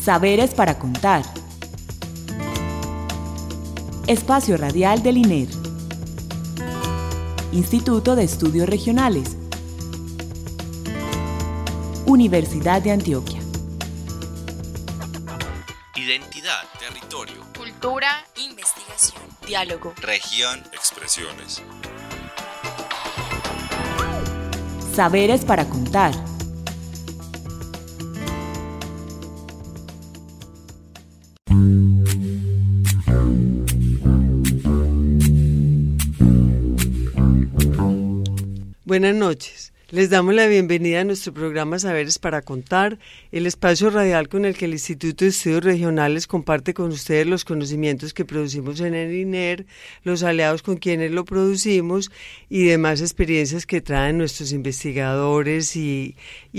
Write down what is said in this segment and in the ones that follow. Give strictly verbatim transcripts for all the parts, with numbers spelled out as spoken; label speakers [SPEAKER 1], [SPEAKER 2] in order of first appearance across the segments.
[SPEAKER 1] Saberes para contar. Espacio radial del I N E R. Instituto de Estudios Regionales. Universidad de Antioquia.
[SPEAKER 2] Identidad, territorio,
[SPEAKER 3] cultura, investigación, diálogo,
[SPEAKER 2] región, expresiones.
[SPEAKER 1] Saberes para contar.
[SPEAKER 4] Buenas noches. Les damos la bienvenida a nuestro programa Saberes para Contar, el espacio radial con el que el Instituto de Estudios Regionales comparte con ustedes los conocimientos que producimos en el I N E R, los aliados con quienes lo producimos y demás experiencias que traen nuestros investigadores y,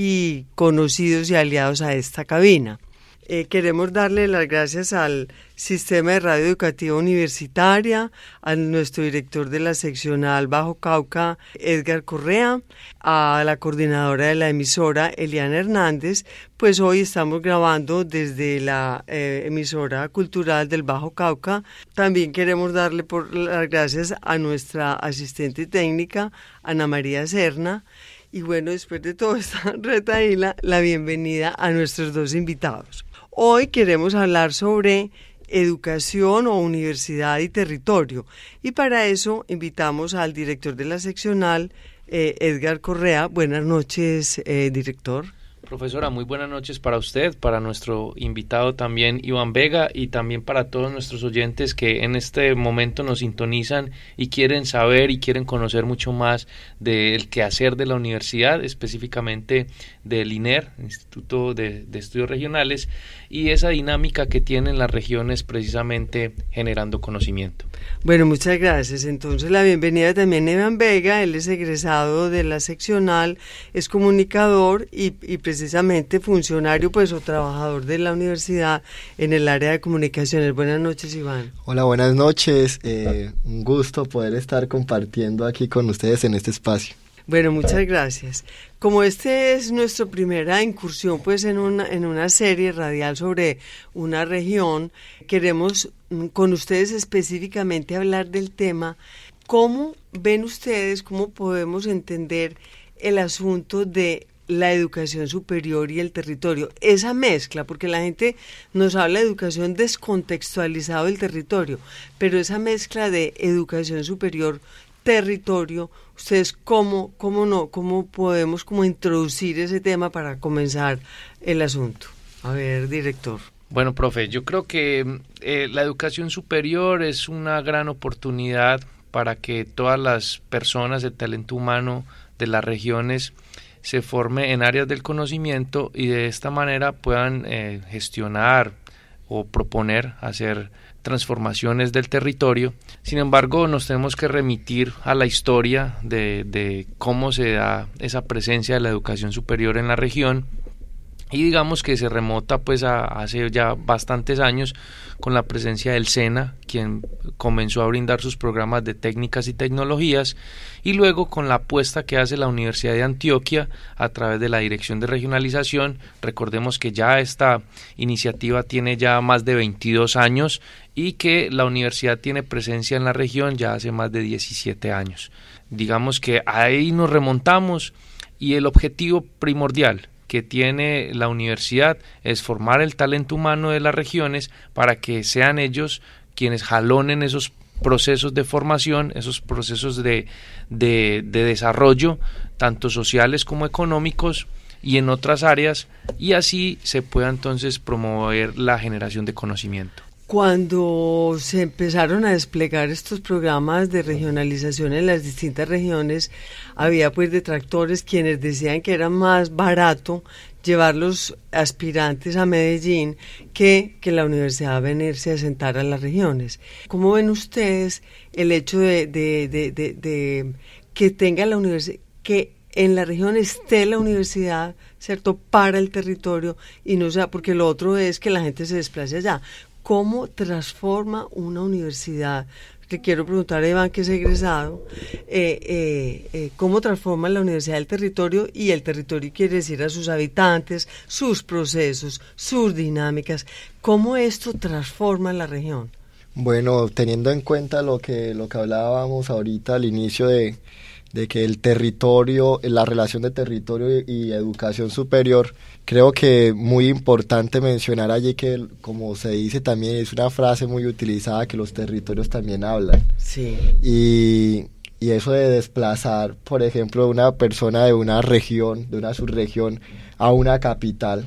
[SPEAKER 4] y conocidos y aliados a esta cabina. Eh, queremos darle las gracias al Sistema de Radio Educativa Universitaria, a nuestro director de la seccional Bajo Cauca, Edgar Correa, a la coordinadora de la emisora, Eliana Hernández, pues hoy estamos grabando desde la eh, emisora cultural del Bajo Cauca. También queremos darle por las gracias a nuestra asistente técnica, Ana María Serna. Y bueno, después de toda esta retaíla, la bienvenida a nuestros dos invitados. Hoy queremos hablar sobre educación o universidad y territorio. Y para eso invitamos al director de la seccional, eh, Edgar Correa. Buenas noches, eh, director.
[SPEAKER 5] Profesora, muy buenas noches para usted, para nuestro invitado también Iván Vega y también para todos nuestros oyentes que en este momento nos sintonizan y quieren saber y quieren conocer mucho más del quehacer de la universidad, específicamente del I N E R, Instituto de, de Estudios Regionales, y esa dinámica que tienen las regiones precisamente generando conocimiento.
[SPEAKER 4] Bueno, muchas gracias. Entonces la bienvenida también a Iván Vega. Él es egresado de la seccional, es comunicador y, y precisamente funcionario pues o trabajador de la universidad en el área de comunicaciones. Buenas noches, Iván.
[SPEAKER 6] Hola, buenas noches. Eh, un gusto poder estar compartiendo aquí con ustedes en este espacio.
[SPEAKER 4] Bueno, muchas gracias. Como este es nuestra primera incursión pues en una, en una serie radial sobre una región, queremos con ustedes específicamente hablar del tema. ¿Cómo ven ustedes, cómo podemos entender el asunto de la educación superior y el territorio? Esa mezcla, porque la gente nos habla de educación descontextualizado del territorio, pero esa mezcla de educación superior, territorio, ustedes cómo, cómo no, cómo podemos como introducir ese tema para comenzar el asunto. A ver, director.
[SPEAKER 5] Bueno, profe, yo creo que eh, la educación superior es una gran oportunidad para que todas las personas del talento humano de las regiones se forme en áreas del conocimiento y de esta manera puedan eh, gestionar o proponer hacer transformaciones del territorio. Sin embargo, nos tenemos que remitir a la historia de, de cómo se da esa presencia de la educación superior en la región y digamos que se remota pues a, a hace ya bastantes años con la presencia del SENA, quien comenzó a brindar sus programas de técnicas y tecnologías, y luego con la apuesta que hace la Universidad de Antioquia a través de la Dirección de Regionalización. Recordemos que ya esta iniciativa tiene ya más de veintidós años y que la universidad tiene presencia en la región ya hace más de diecisiete años. Digamos que ahí nos remontamos y el objetivo primordial que tiene la universidad es formar el talento humano de las regiones para que sean ellos quienes jalonen esos procesos de formación, esos procesos de, de, de desarrollo, tanto sociales como económicos y en otras áreas, y así se pueda entonces promover la generación de conocimiento.
[SPEAKER 4] Cuando se empezaron a desplegar estos programas de regionalización en las distintas regiones, había pues detractores quienes decían que era más barato llevar los aspirantes a Medellín que que la universidad venirse a sentar a las regiones. ¿Cómo ven ustedes el hecho de, de, de, de, de que tenga la universidad, que en la región esté la universidad, ¿cierto?, para el territorio y no sea, porque lo otro es que la gente se desplace allá? ¿Cómo transforma una universidad le quiero preguntar a Iván, que es egresado, eh, eh, eh, ¿cómo transforma la universidad el territorio? Y el territorio quiere decir a sus habitantes, sus procesos, sus dinámicas. ¿Cómo esto transforma la región?
[SPEAKER 6] Bueno, teniendo en cuenta lo que, lo que hablábamos ahorita al inicio de, de que el territorio, la relación de territorio y, y educación superior, creo que muy importante mencionar allí que, como se dice también, es una frase muy utilizada, que los territorios también hablan.
[SPEAKER 4] Sí.
[SPEAKER 6] Y, y eso de desplazar, por ejemplo, una persona de una región, de una subregión, a una capital,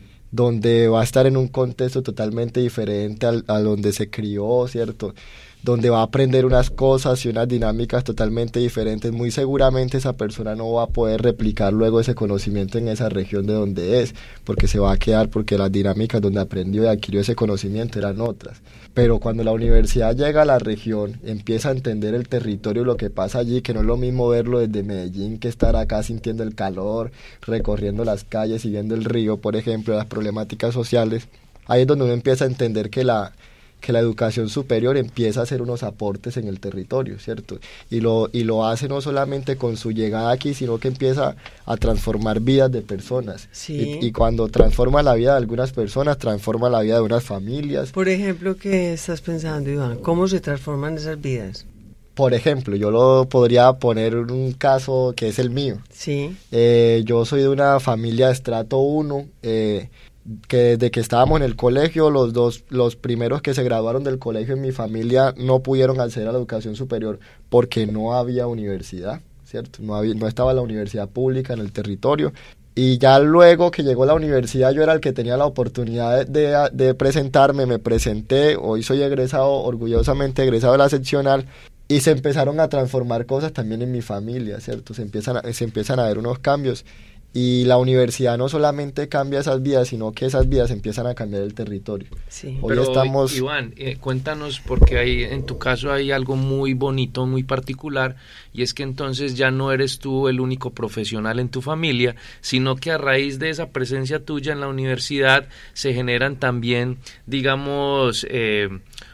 [SPEAKER 6] donde va a estar en un contexto totalmente diferente al, a donde se crió, ¿cierto? Donde va a aprender unas cosas y unas dinámicas totalmente diferentes. Muy seguramente esa persona no va a poder replicar luego ese conocimiento en esa región de donde es, porque se va a quedar, porque las dinámicas donde aprendió y adquirió ese conocimiento eran otras. Pero cuando la universidad llega a la región, empieza a entender el territorio, lo que pasa allí, que no es lo mismo verlo desde Medellín que estar acá sintiendo el calor, recorriendo las calles y viendo el río, por ejemplo, las problemáticas sociales. Ahí es donde uno empieza a entender que la que la educación superior empieza a hacer unos aportes en el territorio, ¿cierto? Y lo, y lo hace no solamente con su llegada aquí, sino que empieza a transformar vidas de personas.
[SPEAKER 4] Sí.
[SPEAKER 6] Y, y cuando transforma la vida de algunas personas, transforma la vida de unas familias.
[SPEAKER 4] Por ejemplo, ¿qué estás pensando, Iván? ¿Cómo se transforman esas vidas?
[SPEAKER 6] Por ejemplo, yo lo podría poner en un caso que es el mío.
[SPEAKER 4] Sí.
[SPEAKER 6] Eh, yo soy de una familia de estrato uno, eh, que desde que estábamos en el colegio, los dos, los primeros que se graduaron del colegio en mi familia no pudieron acceder a la educación superior porque no había universidad, ¿cierto? No había, no estaba la universidad pública en el territorio. Y ya luego que llegó la universidad, yo era el que tenía la oportunidad de, de, de presentarme, me presenté, hoy soy egresado, orgullosamente egresado de la seccional, y se empezaron a transformar cosas también en mi familia, ¿cierto? Se empiezan a, se empiezan a ver unos cambios. Y la universidad no solamente cambia esas vidas, sino que esas vidas empiezan a cambiar el territorio.
[SPEAKER 4] Sí.
[SPEAKER 6] Hoy
[SPEAKER 5] Pero,
[SPEAKER 6] estamos...
[SPEAKER 5] Iván, eh, cuéntanos, porque ahí, en tu caso hay algo muy bonito, muy particular, y es que entonces ya no eres tú el único profesional en tu familia, sino que a raíz de esa presencia tuya en la universidad se generan también, digamos... Eh,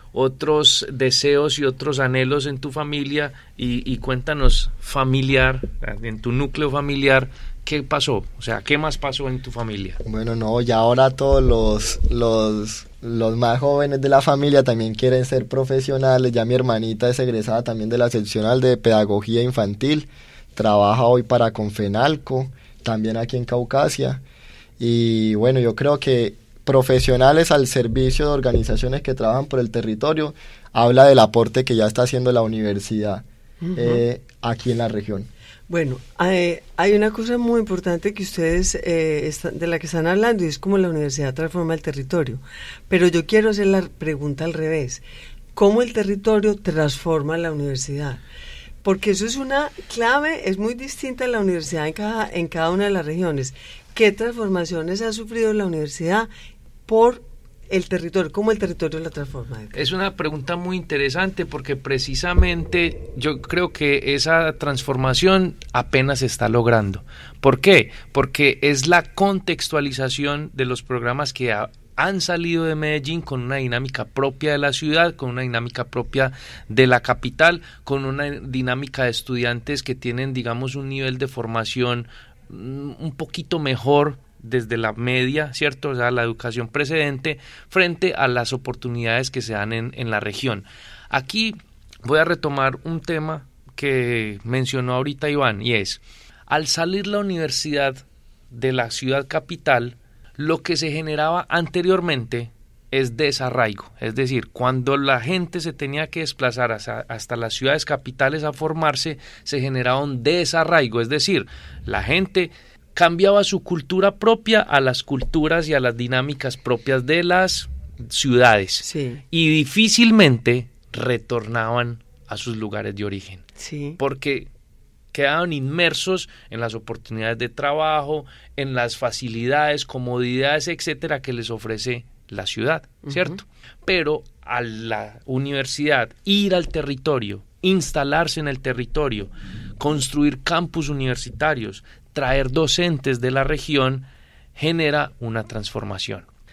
[SPEAKER 5] otros deseos y otros anhelos en tu familia, y, y cuéntanos familiar, en tu núcleo familiar, ¿qué pasó? O sea, ¿qué más pasó en tu familia?
[SPEAKER 6] Bueno, no, ya ahora todos los, los, los más jóvenes de la familia también quieren ser profesionales. Ya mi hermanita es egresada también de la seccional de pedagogía infantil, trabaja hoy para Confenalco, también aquí en Caucasia, y bueno, yo creo que profesionales al servicio de organizaciones que trabajan por el territorio, habla del aporte que ya está haciendo la universidad uh-huh. eh, aquí en la región.
[SPEAKER 4] Bueno, hay, hay una cosa muy importante que ustedes eh, están, de la que están hablando, y es cómo la universidad transforma el territorio. Pero yo quiero hacer la pregunta al revés. ¿Cómo el territorio transforma la universidad? Porque eso es una clave, es muy distinta en la universidad en cada, en cada una de las regiones. ¿Qué transformaciones ha sufrido la universidad por el territorio? ¿Cómo el territorio la transforma?
[SPEAKER 5] Es una pregunta muy interesante, porque precisamente yo creo que esa transformación apenas se está logrando. ¿Por qué? Porque es la contextualización de los programas que ha, han salido de Medellín con una dinámica propia de la ciudad, con una dinámica propia de la capital, con una dinámica de estudiantes que tienen, digamos, un nivel de formación un poquito mejor desde la media, ¿cierto? O sea, la educación precedente, frente a las oportunidades que se dan en, en la región. Aquí voy a retomar un tema que mencionó ahorita Iván, y es, al salir la universidad de la ciudad capital, lo que se generaba anteriormente es desarraigo, es decir, cuando la gente se tenía que desplazar hasta, hasta las ciudades capitales a formarse, se generaba un desarraigo, es decir, la gente cambiaba su cultura propia a las culturas y a las dinámicas propias de las ciudades,
[SPEAKER 4] sí.
[SPEAKER 5] y difícilmente retornaban a sus lugares de origen,
[SPEAKER 4] sí.
[SPEAKER 5] porque quedaban inmersos en las oportunidades de trabajo, en las facilidades, comodidades, etcétera, que les ofrece la ciudad, ¿cierto? Uh-huh. Pero a la universidad, ir al territorio, instalarse en el territorio, construir campus universitarios, traer docentes de la región, genera una transformación.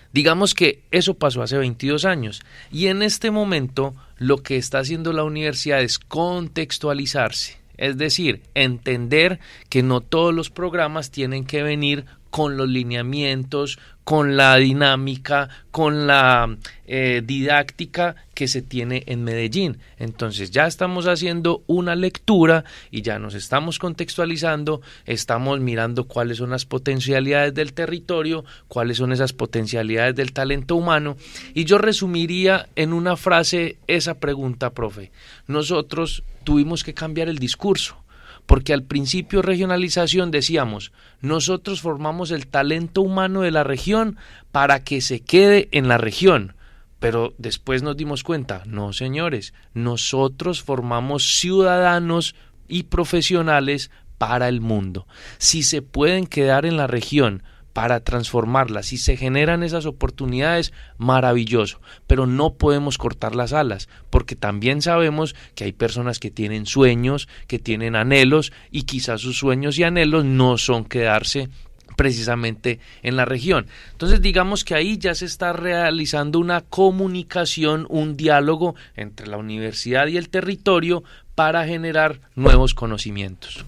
[SPEAKER 5] Digamos que eso pasó hace veintidós años y en este momento lo que está haciendo la universidad es contextualizarse, es decir, entender que no todos los programas tienen que venir con los lineamientos, con la dinámica, con la eh, didáctica que se tiene en Medellín. Entonces ya estamos haciendo una lectura y ya nos estamos contextualizando, estamos mirando cuáles son las potencialidades del territorio, cuáles son esas potencialidades del talento humano, y yo resumiría en una frase esa pregunta, profe. Nosotros tuvimos que cambiar el discurso. Porque al principio regionalización decíamos, nosotros formamos el talento humano de la región para que se quede en la región, pero después nos dimos cuenta, no señores, nosotros formamos ciudadanos y profesionales para el mundo. Si se pueden quedar en la región para transformarla, si se generan esas oportunidades, maravilloso, pero no podemos cortar las alas, porque también sabemos que hay personas que tienen sueños, que tienen anhelos, y quizás sus sueños y anhelos no son quedarse precisamente en la región. Entonces digamos que ahí ya se está realizando una comunicación, un diálogo entre la universidad y el territorio para generar nuevos conocimientos.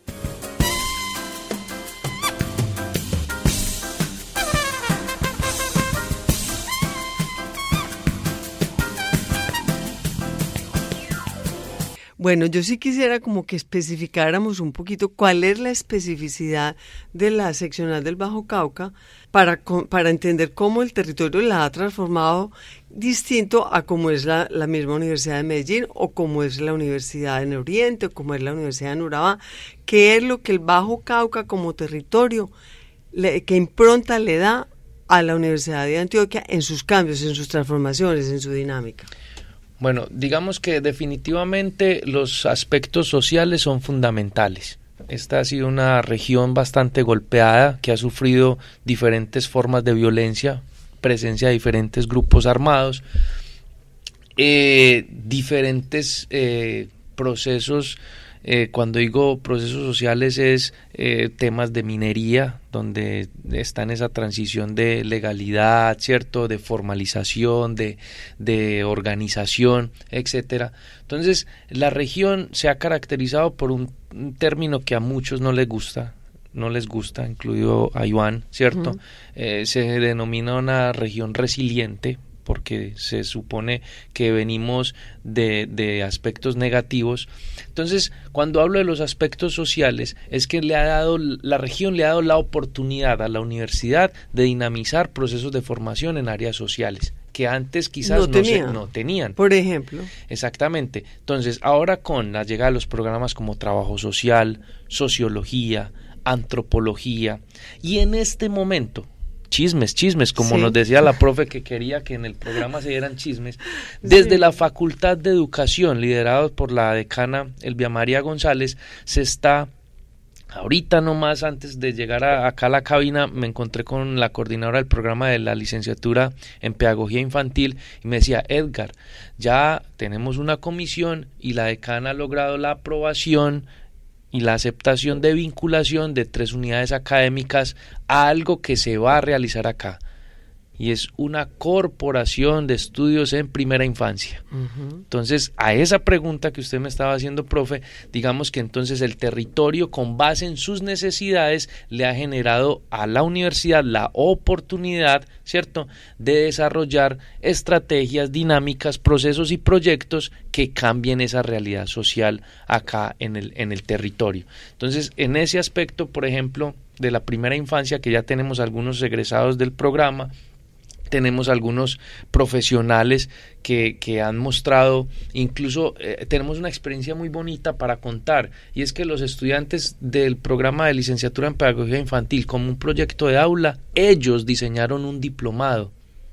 [SPEAKER 4] Bueno, yo sí quisiera como que especificáramos un poquito cuál es la especificidad de la seccional del Bajo Cauca para, para entender cómo el territorio la ha transformado distinto a cómo es la, la misma Universidad de Medellín o cómo es la Universidad en Oriente o cómo es la Universidad en Urabá. ¿Qué es lo que el Bajo Cauca como territorio, le, qué impronta le da a la Universidad de Antioquia en sus cambios, en sus transformaciones, en su dinámica?
[SPEAKER 5] Bueno, digamos que definitivamente los aspectos sociales son fundamentales. Esta ha sido una región bastante golpeada, que ha sufrido diferentes formas de violencia, presencia de diferentes grupos armados, eh, diferentes eh, procesos. Eh, cuando digo procesos sociales es eh, temas de minería, donde está en esa transición de legalidad, ¿cierto?, de formalización, de, de organización, etcétera. Entonces, la región se ha caracterizado por un, un término que a muchos no les gusta, no les gusta, incluido a Iván, ¿cierto? Uh-huh. Eh, se denomina una región resiliente, porque se supone que venimos de, de aspectos negativos. Entonces, cuando hablo de los aspectos sociales, es que le ha dado, la región le ha dado la oportunidad a la universidad de dinamizar procesos de formación en áreas sociales, que antes quizás no, no, se, no tenían.
[SPEAKER 4] Por ejemplo.
[SPEAKER 5] Exactamente. Entonces, ahora con la llegada de los programas como trabajo social, sociología, antropología, y en este momento, chismes, chismes, como sí. nos decía la profe que quería que en el programa se dieran chismes, desde sí. la Facultad de Educación, liderados por la decana Elvia María González, se está, ahorita nomás antes de llegar a, acá a la cabina, me encontré con la coordinadora del programa de la licenciatura en Pedagogía Infantil y me decía, Edgar, ya tenemos una comisión y la decana ha logrado la aprobación y la aceptación de vinculación de tres unidades académicas a algo que se va a realizar acá, y es una corporación de estudios en primera infancia. Uh-huh. Entonces, a esa pregunta que usted me estaba haciendo, profe, digamos que entonces el territorio, con base en sus necesidades, le ha generado a la universidad la oportunidad, ¿cierto?, de desarrollar estrategias, dinámicas, procesos y proyectos que cambien esa realidad social acá en el, en el territorio. Entonces, en ese aspecto, por ejemplo, de la primera infancia, que ya tenemos algunos egresados del programa, tenemos algunos profesionales que, que han mostrado, incluso eh, tenemos una experiencia muy bonita para contar, y es que los estudiantes del programa de licenciatura en Pedagogía Infantil, como un proyecto de aula, ellos diseñaron un diplomado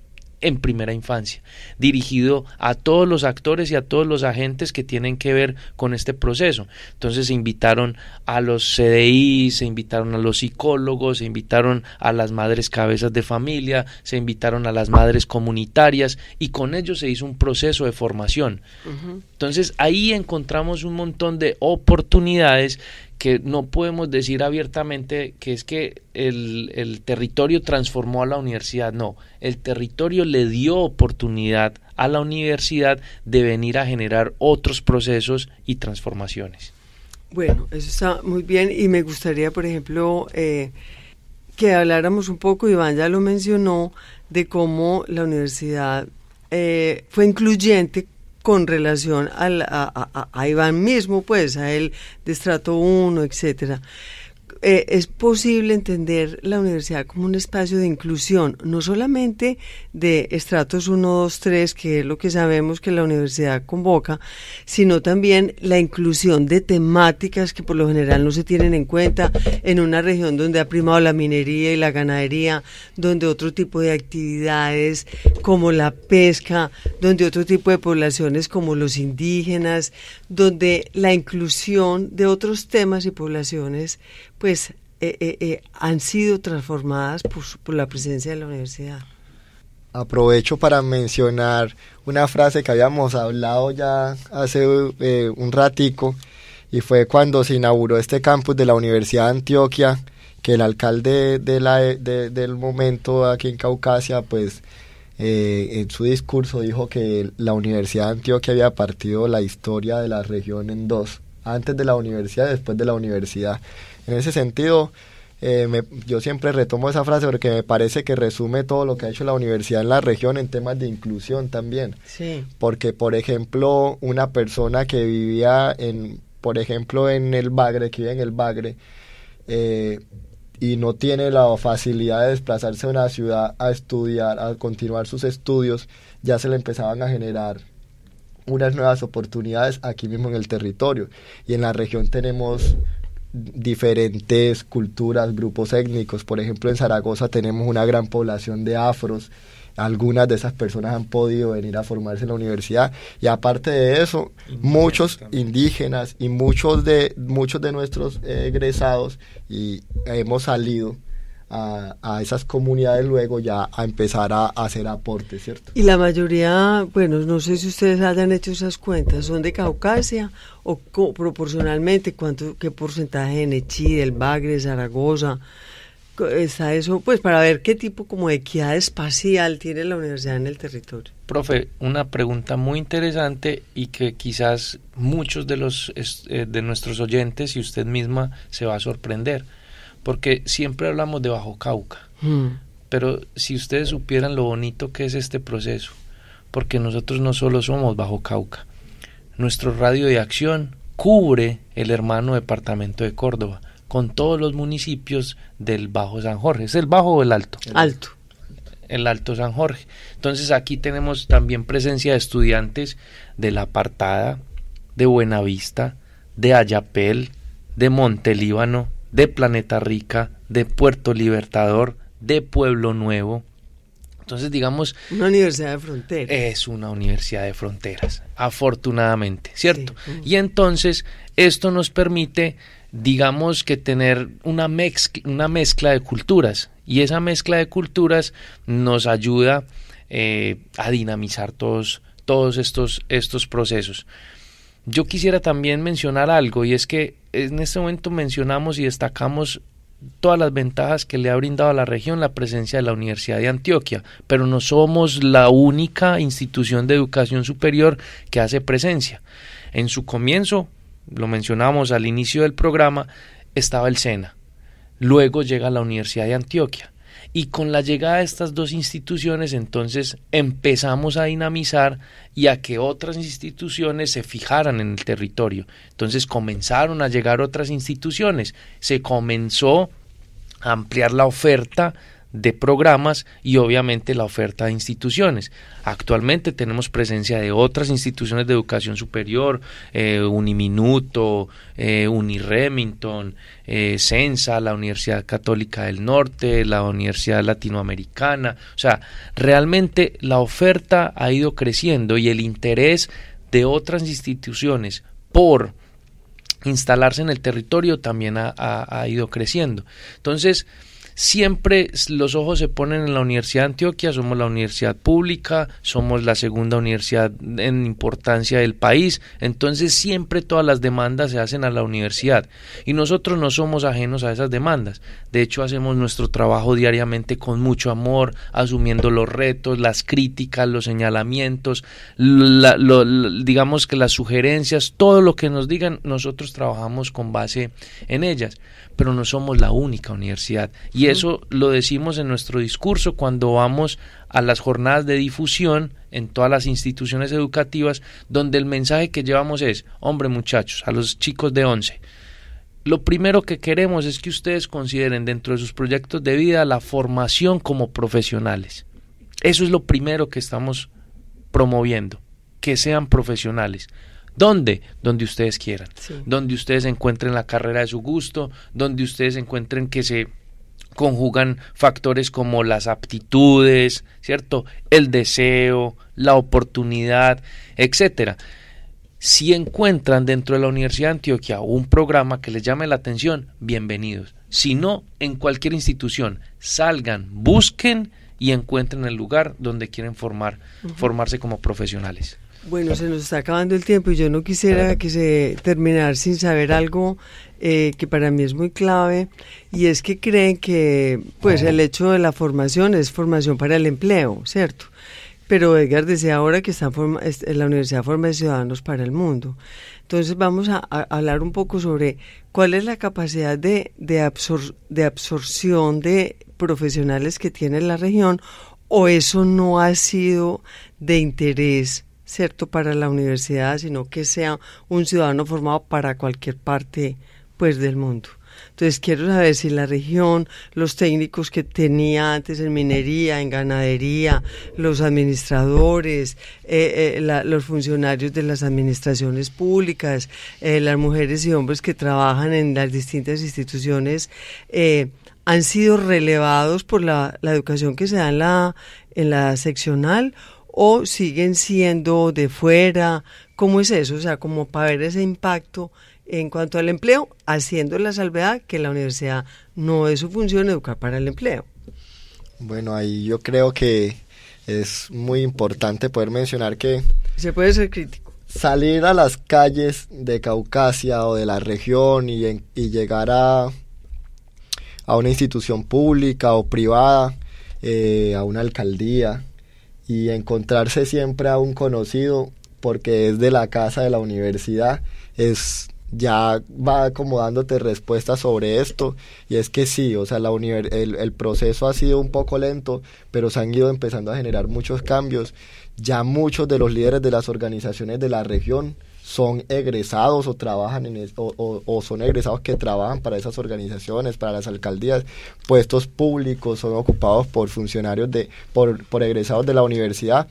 [SPEAKER 5] en primera infancia, dirigido a todos los actores y a todos los agentes que tienen que ver con este proceso. Entonces se invitaron a los C D I, se invitaron a los psicólogos, se invitaron a las madres cabezas de familia, se invitaron a las madres comunitarias, y con ellos se hizo un proceso de formación. Uh-huh. Entonces ahí encontramos un montón de oportunidades que no podemos decir abiertamente que es que el, el territorio transformó a la universidad, no, el territorio le dio oportunidad a la universidad de venir a generar otros procesos y transformaciones.
[SPEAKER 4] Bueno, eso está muy bien y me gustaría, por ejemplo, eh, que habláramos un poco, Iván ya lo mencionó, de cómo la universidad eh, fue incluyente con relación al, a, a, a Iván mismo, pues, a él de estrato uno, etcétera. Eh, es posible entender la universidad como un espacio de inclusión, no solamente de estratos uno, dos, tres, que es lo que sabemos que la universidad convoca, sino también la inclusión de temáticas que por lo general no se tienen en cuenta en una región donde ha primado la minería y la ganadería, donde otro tipo de actividades como la pesca, donde otro tipo de poblaciones como los indígenas, donde la inclusión de otros temas y poblaciones pues eh, eh, eh, han sido transformadas por, por la presencia de la universidad.
[SPEAKER 6] Aprovecho para mencionar una frase que habíamos hablado ya hace eh, un ratico, y fue cuando se inauguró este campus de la Universidad de Antioquia, que el alcalde de la, de, del momento aquí en Caucasia, pues eh, en su discurso dijo que la Universidad de Antioquia había partido la historia de la región en dos, antes de la universidad y después de la universidad. En ese sentido, eh, me, yo siempre retomo esa frase porque me parece que resume todo lo que ha hecho la universidad en la región en temas de inclusión también.
[SPEAKER 4] Sí.
[SPEAKER 6] Porque, por ejemplo, una persona que vivía en, por ejemplo, en el Bagre, que vive en el Bagre, eh, y no tiene la facilidad de desplazarse a una ciudad a estudiar, a continuar sus estudios, ya se le empezaban a generar unas nuevas oportunidades aquí mismo en el territorio. Y en la región tenemos diferentes culturas, grupos étnicos. Por ejemplo, en Zaragoza tenemos una gran población de afros. Algunas de esas personas han podido venir a formarse en la universidad, y aparte de eso, indígenas muchos también. indígenas y muchos de muchos de nuestros eh, egresados, y hemos salido a, a esas comunidades luego ya a empezar a, a hacer aportes, ¿cierto?
[SPEAKER 4] Y la mayoría, bueno, no sé si ustedes hayan hecho esas cuentas, ¿son de Caucasia o co- proporcionalmente cuánto, qué porcentaje de Nechí, del Bagre, Zaragoza? Está eso, pues para ver qué tipo como de equidad espacial tiene la universidad en el territorio.
[SPEAKER 5] Profe, una pregunta muy interesante y que quizás muchos de los eh, de nuestros oyentes y usted misma se va a sorprender, porque siempre hablamos de Bajo Cauca, mm. pero si ustedes supieran lo bonito que es este proceso, porque nosotros no solo somos Bajo Cauca, nuestro radio de acción cubre el hermano departamento de Córdoba, con todos los municipios del Bajo San Jorge. ¿Es el Bajo o el Alto?
[SPEAKER 4] El Alto.
[SPEAKER 5] El Alto San Jorge. Entonces aquí tenemos también presencia de estudiantes de La Apartada, de Buenavista, de Ayapel, de Montelíbano, de Planeta Rica, de Puerto Libertador, de Pueblo Nuevo. Entonces, digamos...
[SPEAKER 4] Una universidad de fronteras.
[SPEAKER 5] Es una universidad de fronteras, afortunadamente, ¿cierto?
[SPEAKER 4] Sí.
[SPEAKER 5] Y entonces esto nos permite, digamos, que tener una, mex- una mezcla de culturas, y esa mezcla de culturas nos ayuda eh, a dinamizar todos, todos estos, estos procesos. Yo quisiera también mencionar algo, y es que en este momento mencionamos y destacamos todas las ventajas que le ha brindado a la región la presencia de la Universidad de Antioquia, pero no somos la única institución de educación superior que hace presencia. En su comienzo, lo mencionamos al inicio del programa, estaba el SENA, luego llega la Universidad de Antioquia, y con la llegada de estas dos instituciones entonces empezamos a dinamizar y a que otras instituciones se fijaran en el territorio. Entonces comenzaron a llegar otras instituciones, se comenzó a ampliar la oferta de programas y obviamente la oferta de instituciones. Actualmente tenemos presencia de otras instituciones de educación superior, eh, Uniminuto, eh, Uniremington, eh, Sensa, la Universidad Católica del Norte, la Universidad Latinoamericana. O sea, realmente la oferta ha ido creciendo y el interés de otras instituciones por instalarse en el territorio también ha, ha, ha ido creciendo. Entonces, siempre los ojos se ponen en la Universidad de Antioquia, somos la universidad pública, somos la segunda universidad en importancia del país, entonces siempre todas las demandas se hacen a la universidad y nosotros no somos ajenos a esas demandas. De hecho, hacemos nuestro trabajo diariamente con mucho amor, asumiendo los retos, las críticas, los señalamientos, la, lo, digamos que las sugerencias, todo lo que nos digan, nosotros trabajamos con base en ellas. Pero no somos la única universidad y eso lo decimos en nuestro discurso cuando vamos a las jornadas de difusión en todas las instituciones educativas, donde el mensaje que llevamos es: hombre, muchachos, a los chicos de once, lo primero que queremos es que ustedes consideren dentro de sus proyectos de vida la formación como profesionales. Eso es lo primero que estamos promoviendo, que sean profesionales. ¿Dónde? Donde ustedes quieran, sí. Donde ustedes encuentren la carrera de su gusto, donde ustedes encuentren que se conjugan factores como las aptitudes, ¿cierto? El deseo, la oportunidad, etcétera. Si encuentran dentro de la Universidad de Antioquia un programa que les llame la atención, bienvenidos. Si no, en cualquier institución, salgan, busquen y encuentren el lugar donde quieren formar, uh-huh. formarse como profesionales.
[SPEAKER 4] Bueno, se nos está acabando el tiempo y yo no quisiera que se terminar sin saber algo eh, que para mí es muy clave, y es que creen que pues el hecho de la formación es formación para el empleo, ¿cierto? Pero Edgar decía ahora que está forma, la universidad forma de ciudadanos para el mundo. Entonces vamos a, a hablar un poco sobre cuál es la capacidad de, de, absor, de absorción de profesionales que tiene la región, o eso no ha sido de interés, ¿cierto?, para la universidad, sino que sea un ciudadano formado para cualquier parte pues del mundo. Entonces quiero saber si la región, los técnicos que tenía antes en minería, en ganadería, los administradores, eh, eh, la, los funcionarios de las administraciones públicas, eh, las mujeres y hombres que trabajan en las distintas instituciones, eh, han sido relevados por la, la educación que se da en la, en la seccional, o siguen siendo de fuera. ¿Cómo es eso? O sea, como para ver ese impacto en cuanto al empleo, haciendo la salvedad que la universidad no es su función educar para el empleo.
[SPEAKER 6] Bueno, ahí yo creo que es muy importante poder mencionar que
[SPEAKER 4] se puede ser crítico.
[SPEAKER 6] Salir a las calles de Caucasia o de la región y, en, y llegar a, a una institución pública o privada, eh, a una alcaldía, y encontrarse siempre a un conocido porque es de la casa de la universidad, es ya va como dándote respuestas sobre esto, y es que sí, o sea, la univer- el, el proceso ha sido un poco lento, pero se han ido empezando a generar muchos cambios. Ya muchos de los líderes de las organizaciones de la región son egresados o trabajan en es, o, o, o son egresados que trabajan para esas organizaciones, para las alcaldías. Puestos públicos son ocupados por funcionarios de por, por egresados de la universidad.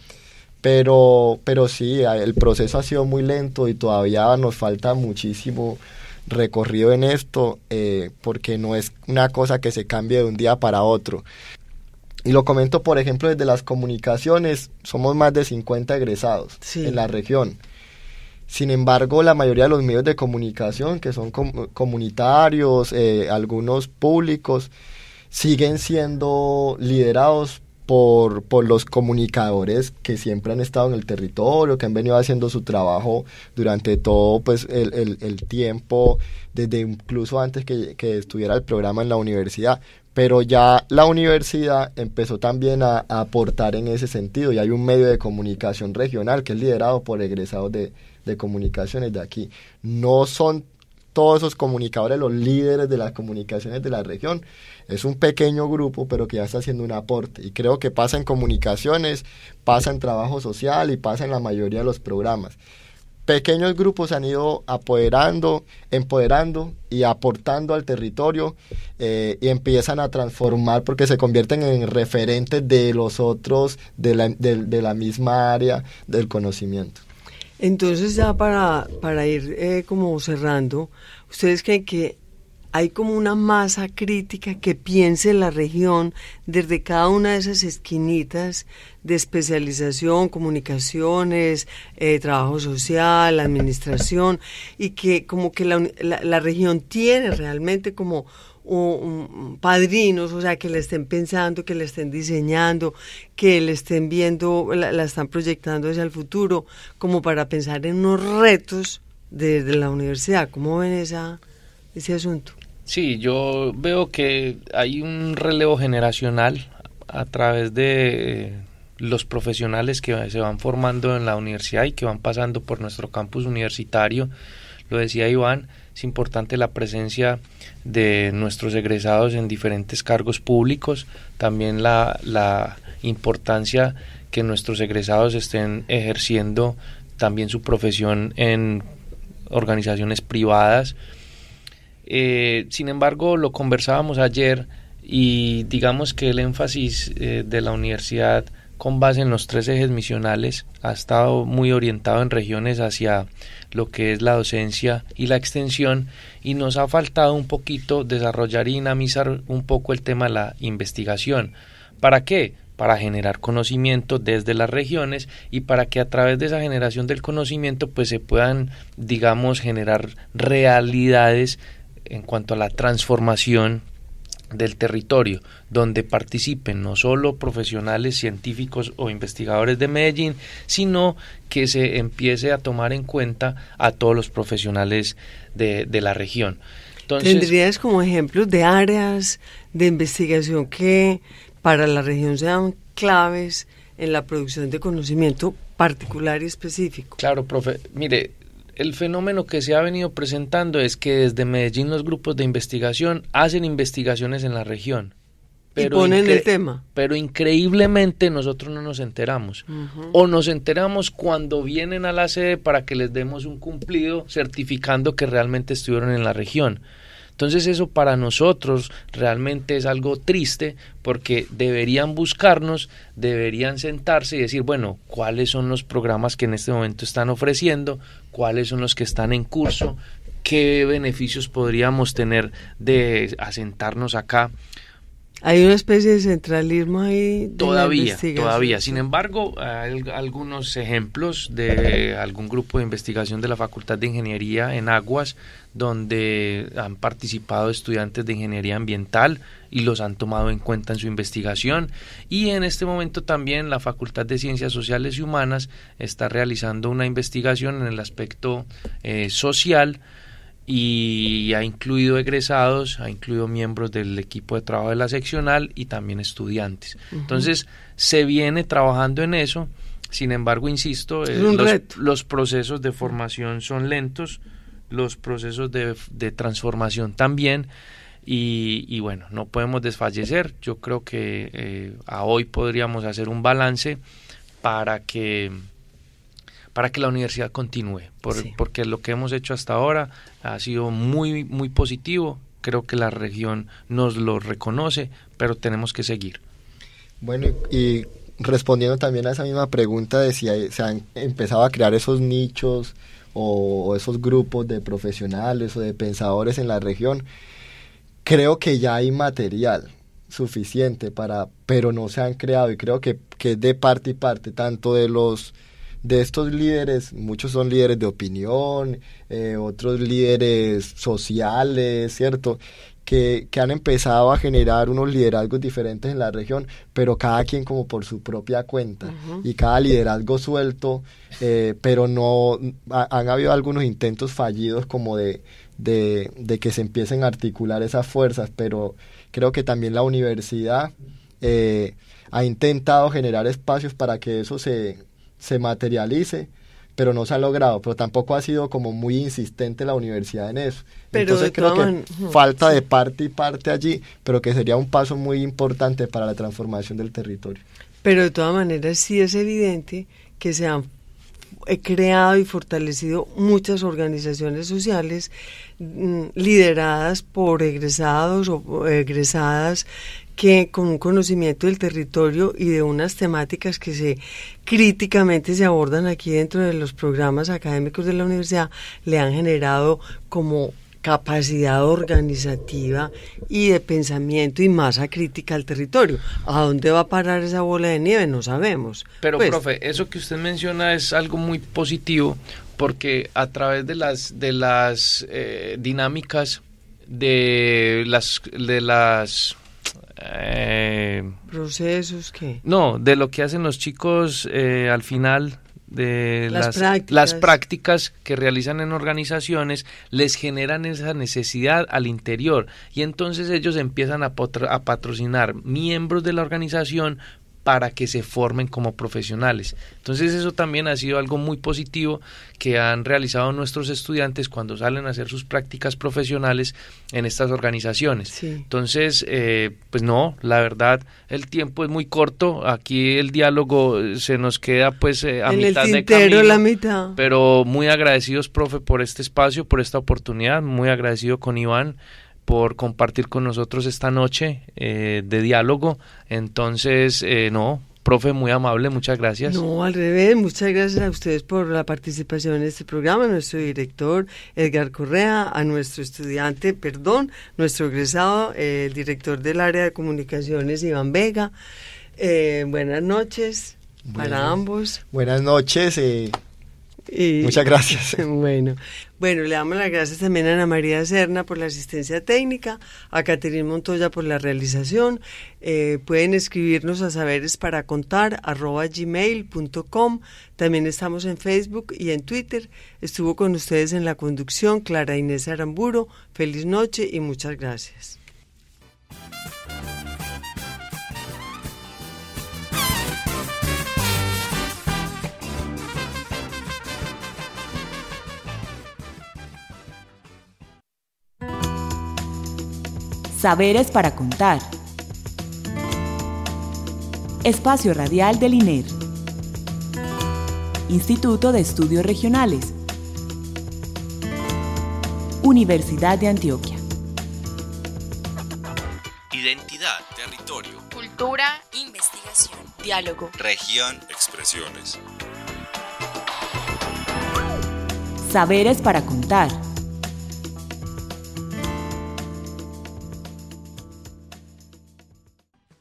[SPEAKER 6] Pero, pero sí, el proceso ha sido muy lento y todavía nos falta muchísimo recorrido en esto, eh, porque no es una cosa que se cambie de un día para otro. Y lo comento, por ejemplo, desde las comunicaciones, somos más de cincuenta egresados, sí, en la región. Sin embargo, la mayoría de los medios de comunicación, que son com- comunitarios, eh, algunos públicos, siguen siendo liderados Por, por los comunicadores que siempre han estado en el territorio, que han venido haciendo su trabajo durante todo pues el, el, el tiempo, desde incluso antes que, que estuviera el programa en la universidad. Pero ya la universidad empezó también a, a aportar en ese sentido, y hay un medio de comunicación regional que es liderado por egresados de, de comunicaciones de aquí. No son todos esos comunicadores los líderes de las comunicaciones de la región, es un pequeño grupo, pero que ya está haciendo un aporte, y creo que pasa en comunicaciones, pasa en trabajo social y pasa en la mayoría de los programas. Pequeños grupos se han ido apoderando, empoderando y aportando al territorio, eh, y empiezan a transformar porque se convierten en referentes de los otros, de la, de, de la misma área del conocimiento.
[SPEAKER 4] Entonces, ya para, para ir eh, como cerrando, ¿ustedes creen que hay como una masa crítica que piense la región desde cada una de esas esquinitas de especialización, comunicaciones, eh, trabajo social, administración, y que como que la, la, la región tiene realmente como o um, padrinos, o sea, que la estén pensando, que la estén diseñando, que la estén viendo, la, la están proyectando hacia el futuro, como para pensar en unos retos de, de la universidad. ¿Cómo ven esa, ese asunto?
[SPEAKER 5] Sí, yo veo que hay un relevo generacional a través de los profesionales que se van formando en la universidad y que van pasando por nuestro campus universitario. Lo decía Iván, es importante la presencia de nuestros egresados en diferentes cargos públicos, también la, la importancia que nuestros egresados estén ejerciendo también su profesión en organizaciones privadas. Eh, sin embargo, lo conversábamos ayer y digamos que el énfasis eh, de la universidad con base en los tres ejes misionales ha estado muy orientado en regiones hacia lo que es la docencia y la extensión, y nos ha faltado un poquito desarrollar y dinamizar un poco el tema de la investigación. ¿Para qué? Para generar conocimiento desde las regiones y para que a través de esa generación del conocimiento pues se puedan, digamos, generar realidades en cuanto a la transformación del territorio, donde participen no solo profesionales, científicos o investigadores de Medellín, sino que se empiece a tomar en cuenta a todos los profesionales de, de la región. Entonces,
[SPEAKER 4] ¿tendrías como ejemplos de áreas de investigación que para la región sean claves en la producción de conocimiento particular y específico?
[SPEAKER 5] Claro, profe. Mire, el fenómeno que se ha venido presentando es que desde Medellín los grupos de investigación hacen investigaciones en la región. Pero
[SPEAKER 4] y ponen el tema.
[SPEAKER 5] Pero increíblemente nosotros no nos enteramos. Uh-huh. O nos enteramos cuando vienen a la sede para que les demos un cumplido certificando que realmente estuvieron en la región. Entonces eso para nosotros realmente es algo triste, porque deberían buscarnos, deberían sentarse y decir, bueno, ¿cuáles son los programas que en este momento están ofreciendo? ¿Cuáles son los que están en curso? ¿Qué beneficios podríamos tener de asentarnos acá?
[SPEAKER 4] Hay una especie de centralismo ahí de
[SPEAKER 5] todavía, todavía. Sin embargo, hay algunos ejemplos de algún grupo de investigación de la Facultad de Ingeniería en Aguas, donde han participado estudiantes de ingeniería ambiental y los han tomado en cuenta en su investigación. Y en este momento también la Facultad de Ciencias Sociales y Humanas está realizando una investigación en el aspecto eh, social, y ha incluido egresados, ha incluido miembros del equipo de trabajo de la seccional y también estudiantes. Uh-huh. Entonces, se viene trabajando en eso. Sin embargo, insisto, eh, los, los procesos de formación son lentos, los procesos de, de transformación también, y, y bueno, no podemos desfallecer. Yo creo que eh, a hoy podríamos hacer un balance para que para que la universidad continúe, por, sí. porque lo que hemos hecho hasta ahora ha sido muy, muy positivo. Creo que la región nos lo reconoce, pero tenemos que seguir.
[SPEAKER 6] Bueno, y, y respondiendo también a esa misma pregunta de si hay, se han empezado a crear esos nichos o, o esos grupos de profesionales o de pensadores en la región, creo que ya hay material suficiente para, pero no se han creado, y creo que, que es de parte y parte, tanto de los de estos líderes, muchos son líderes de opinión, eh, otros líderes sociales, ¿cierto?, que, que han empezado a generar unos liderazgos diferentes en la región, pero cada quien como por su propia cuenta, uh-huh. y cada liderazgo suelto, eh, pero no, ha, han habido algunos intentos fallidos como de, de, de que se empiecen a articular esas fuerzas, pero creo que también la universidad eh, ha intentado generar espacios para que eso se se materialice, pero no se ha logrado, pero tampoco ha sido como muy insistente la universidad en eso.
[SPEAKER 4] Pero
[SPEAKER 6] entonces creo que
[SPEAKER 4] man...
[SPEAKER 6] falta de parte y parte allí, pero que sería un paso muy importante para la transformación del territorio.
[SPEAKER 4] Pero de todas maneras sí es evidente que se han creado y fortalecido muchas organizaciones sociales mmm, lideradas por egresados o egresadas que con un conocimiento del territorio y de unas temáticas que se críticamente se abordan aquí dentro de los programas académicos de la universidad, le han generado como capacidad organizativa y de pensamiento y masa crítica al territorio. ¿A dónde va a parar esa bola de nieve? No sabemos.
[SPEAKER 5] Pero,
[SPEAKER 4] pues,
[SPEAKER 5] profe, eso que usted menciona es algo muy positivo, porque a través de las, de las eh, dinámicas de las de las eh,
[SPEAKER 4] procesos que
[SPEAKER 5] no de lo que hacen los chicos eh, al final de
[SPEAKER 4] las,
[SPEAKER 5] las,
[SPEAKER 4] prácticas.
[SPEAKER 5] las prácticas que realizan en organizaciones, les generan esa necesidad al interior y entonces ellos empiezan a, potro, a patrocinar miembros de la organización para que se formen como profesionales. Entonces eso también ha sido algo muy positivo que han realizado nuestros estudiantes cuando salen a hacer sus prácticas profesionales en estas organizaciones.
[SPEAKER 4] Sí.
[SPEAKER 5] Entonces, eh, pues no, la verdad, el tiempo es muy corto. Aquí el diálogo se nos queda pues eh, a
[SPEAKER 4] en
[SPEAKER 5] mitad
[SPEAKER 4] el
[SPEAKER 5] de
[SPEAKER 4] tintero,
[SPEAKER 5] camino.
[SPEAKER 4] la mitad.
[SPEAKER 5] Pero muy agradecidos, profe, por este espacio, por esta oportunidad. Muy agradecido con Iván por compartir con nosotros esta noche eh, de diálogo. Entonces, eh, no, profe, muy amable, muchas gracias.
[SPEAKER 4] No, al revés, muchas gracias a ustedes por la participación en este programa, a nuestro director Edgar Correa, a nuestro estudiante, perdón, nuestro egresado, eh, el director del área de comunicaciones, Iván Vega. Eh, buenas noches
[SPEAKER 6] Bueno,
[SPEAKER 4] para ambos.
[SPEAKER 6] Buenas noches. Eh.
[SPEAKER 4] Y,
[SPEAKER 6] Muchas gracias.
[SPEAKER 4] Bueno, bueno, le damos las gracias también a Ana María Serna por la asistencia técnica, a Caterine Montoya por la realización. Eh, pueden escribirnos a saberesparacontar arroba gmail punto com. También estamos en Facebook y en Twitter. Estuvo con ustedes en la conducción Clara Inés Aramburo. Feliz noche y muchas gracias.
[SPEAKER 1] Saberes para contar. Espacio radial del INER. Instituto de Estudios Regionales. Universidad de Antioquia.
[SPEAKER 2] Identidad, territorio,
[SPEAKER 3] Cultura, investigación, diálogo.
[SPEAKER 2] región, expresiones.
[SPEAKER 1] Saberes para contar.